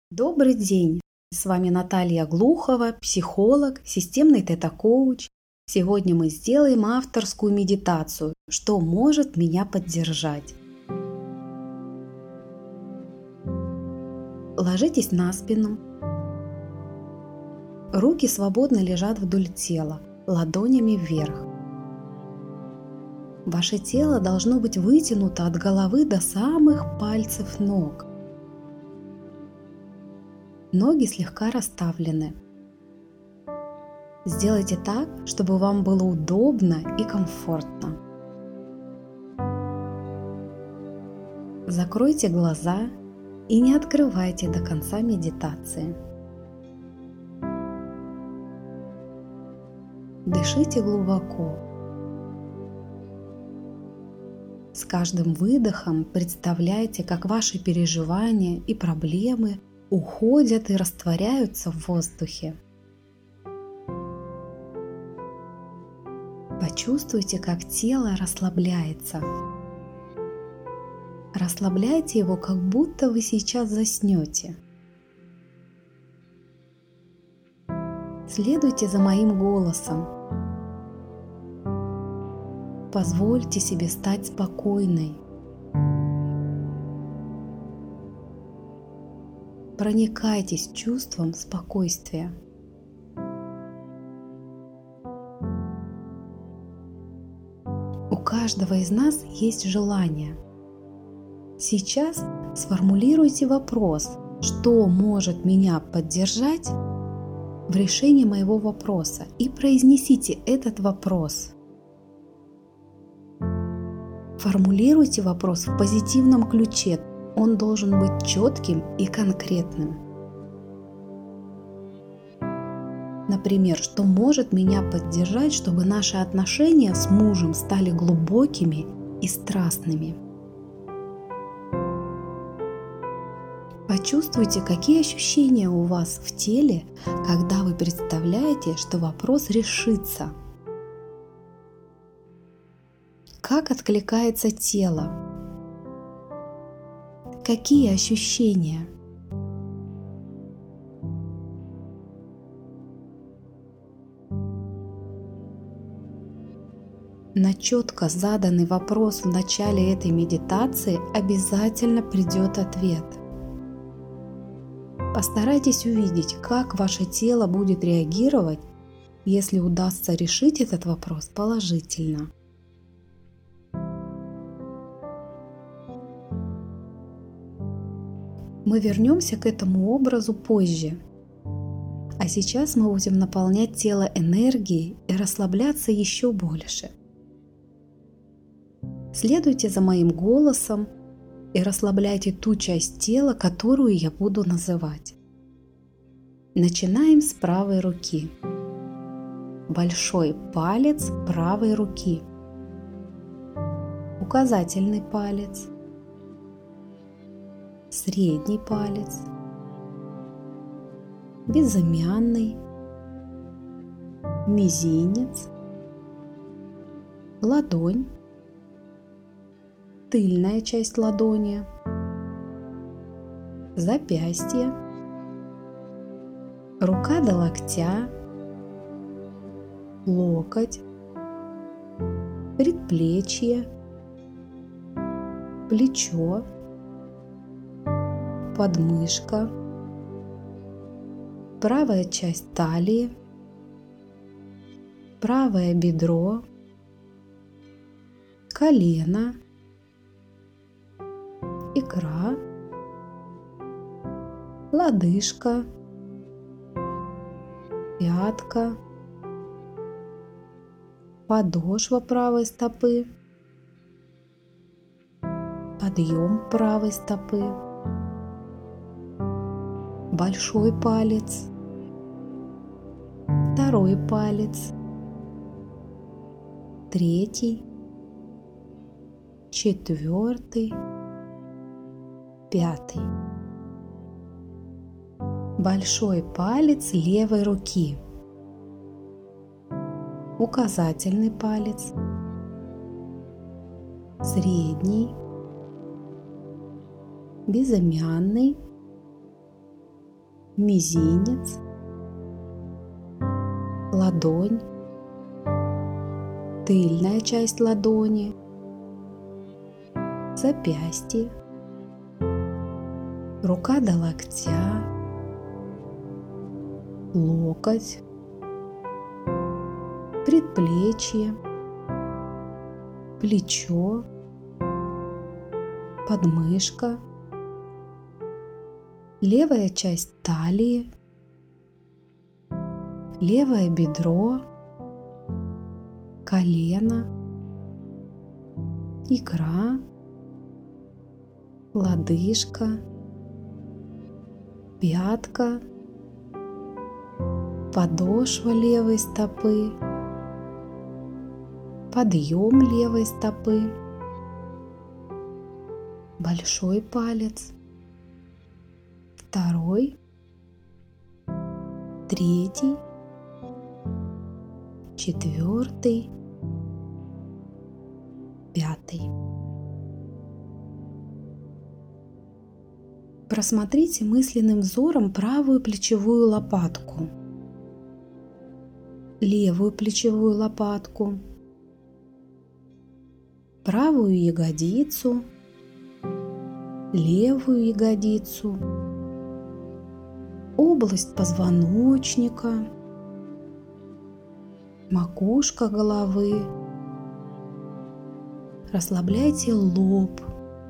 Добрый день! С вами Наталья Глухова, психолог, системный тета-коуч. Сегодня мы сделаем авторскую медитацию, что может меня поддержать. Ложитесь на спину. Руки свободно лежат вдоль тела, ладонями вверх. Ваше тело должно быть вытянуто от головы до самых пальцев ног. Ноги слегка расставлены. Сделайте так, чтобы вам было удобно и комфортно. Закройте глаза и не открывайте до конца медитации. Дышите глубоко. С каждым выдохом представляйте, как ваши переживания и проблемы уходят и растворяются в воздухе. Почувствуйте, как тело расслабляется. Расслабляйте его, как будто вы сейчас заснете. Следуйте за моим голосом. Позвольте себе стать спокойной. Проникайтесь чувством спокойствия. У каждого из нас есть желание. Сейчас сформулируйте вопрос, что может меня поддержать в решении моего вопроса, и произнесите этот вопрос. Формулируйте вопрос в позитивном ключе. Он должен быть четким и конкретным. Например, что может меня поддержать, чтобы наши отношения с мужем стали глубокими и страстными. Почувствуйте, какие ощущения у вас в теле, когда вы представляете, что вопрос решится. Как откликается тело? Какие ощущения? На четко заданный вопрос в начале этой медитации обязательно придет ответ. Постарайтесь увидеть, как ваше тело будет реагировать, если удастся решить этот вопрос положительно. Мы вернемся к этому образу позже. А сейчас мы будем наполнять тело энергией и расслабляться еще больше. Следуйте за моим голосом и расслабляйте ту часть тела, которую я буду называть. Начинаем с правой руки. Большой палец правой руки. Указательный палец. Средний палец, безымянный, мизинец, ладонь, тыльная часть ладони, запястье, рука до локтя, локоть, предплечье, плечо, подмышка, правая часть талии, правое бедро, колено, икра, лодыжка, пятка, подошва правой стопы, подъем правой стопы, большой палец, второй палец, третий, четвертый, пятый. Большой палец левой руки, указательный палец, средний, безымянный, мизинец, ладонь, тыльная часть ладони, запястье, рука до локтя, локоть, предплечье, плечо, подмышка, левая часть талии, левое бедро, колено, икра, лодыжка, пятка, подошва левой стопы, подъем левой стопы, большой палец, второй, третий, четвертый, пятый. Просмотрите мысленным взором правую плечевую лопатку, левую плечевую лопатку, правую ягодицу, левую ягодицу, область позвоночника, макушка головы. Расслабляйте лоб,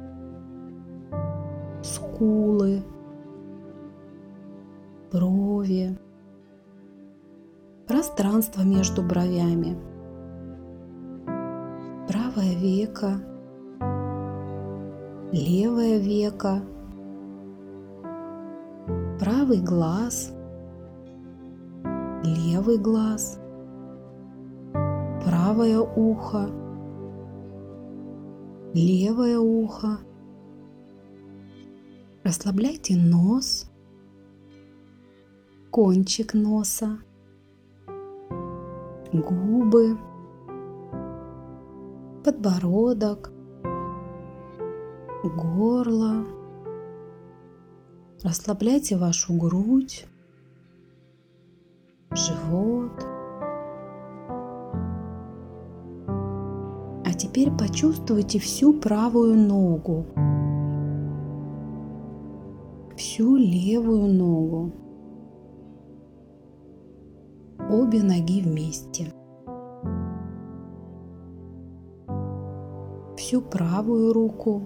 скулы, брови, пространство между бровями, правое веко, левое веко, правый глаз, левый глаз, правое ухо, левое ухо. Расслабляйте нос, кончик носа, губы, подбородок, горло. Расслабляйте вашу грудь, живот. А теперь почувствуйте всю правую ногу, всю левую ногу, обе ноги вместе, всю правую руку,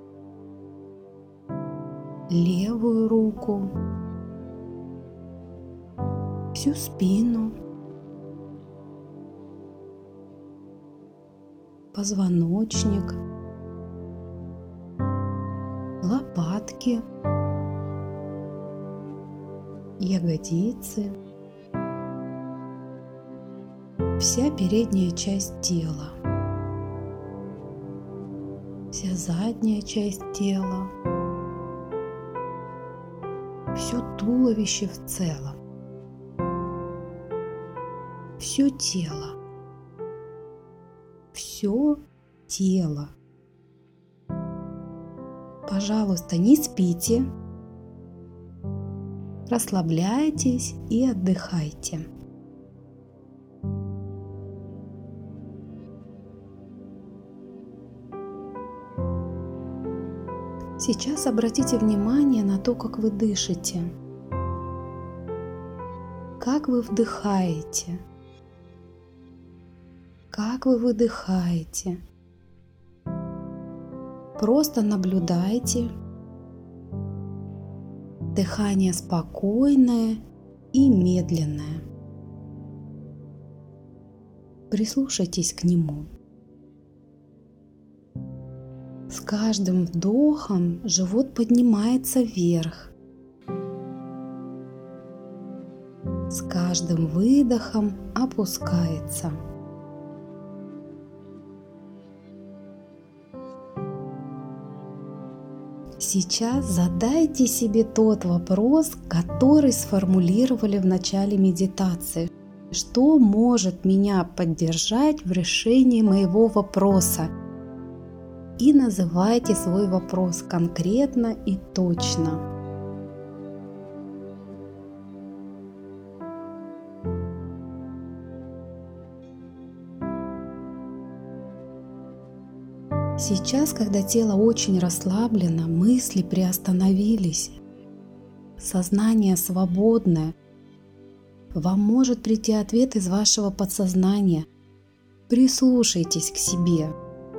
левую руку, всю спину, позвоночник, лопатки, ягодицы, вся передняя часть тела, вся задняя часть тела, все туловище в целом, все тело, все тело. Пожалуйста, не спите, расслабляйтесь и отдыхайте. Сейчас обратите внимание на то, как вы дышите, как вы вдыхаете, как вы выдыхаете. Просто наблюдайте. Дыхание спокойное и медленное. Прислушайтесь к нему. С каждым вдохом живот поднимается вверх. С каждым выдохом опускается. Сейчас задайте себе тот вопрос, который сформулировали в начале медитации. Что может меня поддержать в решении моего вопроса? И называйте свой вопрос конкретно и точно. Сейчас, когда тело очень расслаблено, мысли приостановились, сознание свободное, вам может прийти ответ из вашего подсознания. Прислушайтесь к себе.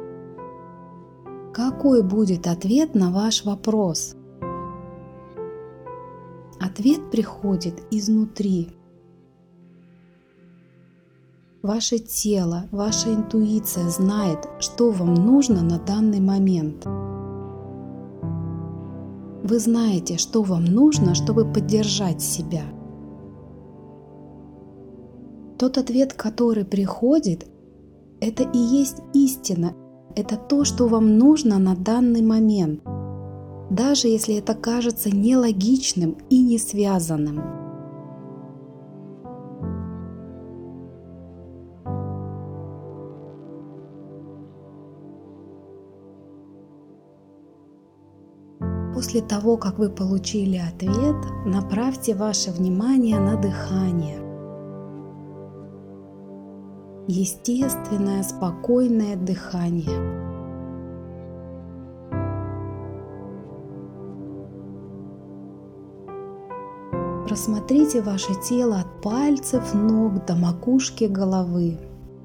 Какой будет ответ на ваш вопрос? Ответ приходит изнутри. Ваше тело, ваша интуиция знает, что вам нужно на данный момент. Вы знаете, что вам нужно, чтобы поддержать себя. Тот ответ, который приходит, это и есть истина. Это то, что вам нужно на данный момент, даже если это кажется нелогичным и не связанным. После того, как вы получили ответ, направьте ваше внимание на дыхание. Естественное, спокойное дыхание. Просмотрите ваше тело от пальцев ног до макушки головы.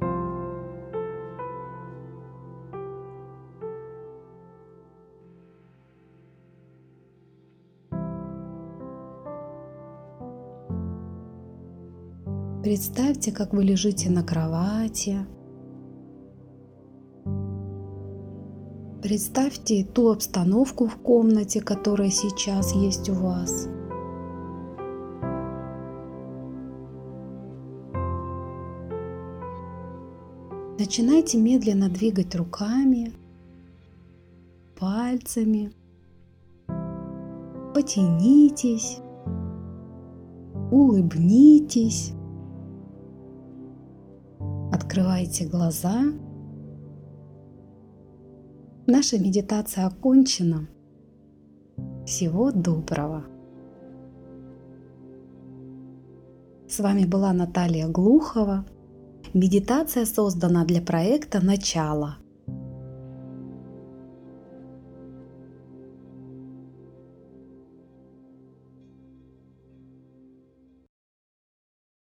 Представьте, как вы лежите на кровати. Представьте ту обстановку в комнате, которая сейчас есть у вас. Начинайте медленно двигать руками, пальцами. Потянитесь, улыбнитесь. Открывайте глаза. Наша медитация окончена. Всего доброго. С вами была Наталья Глухова. Медитация создана для проекта «Начало».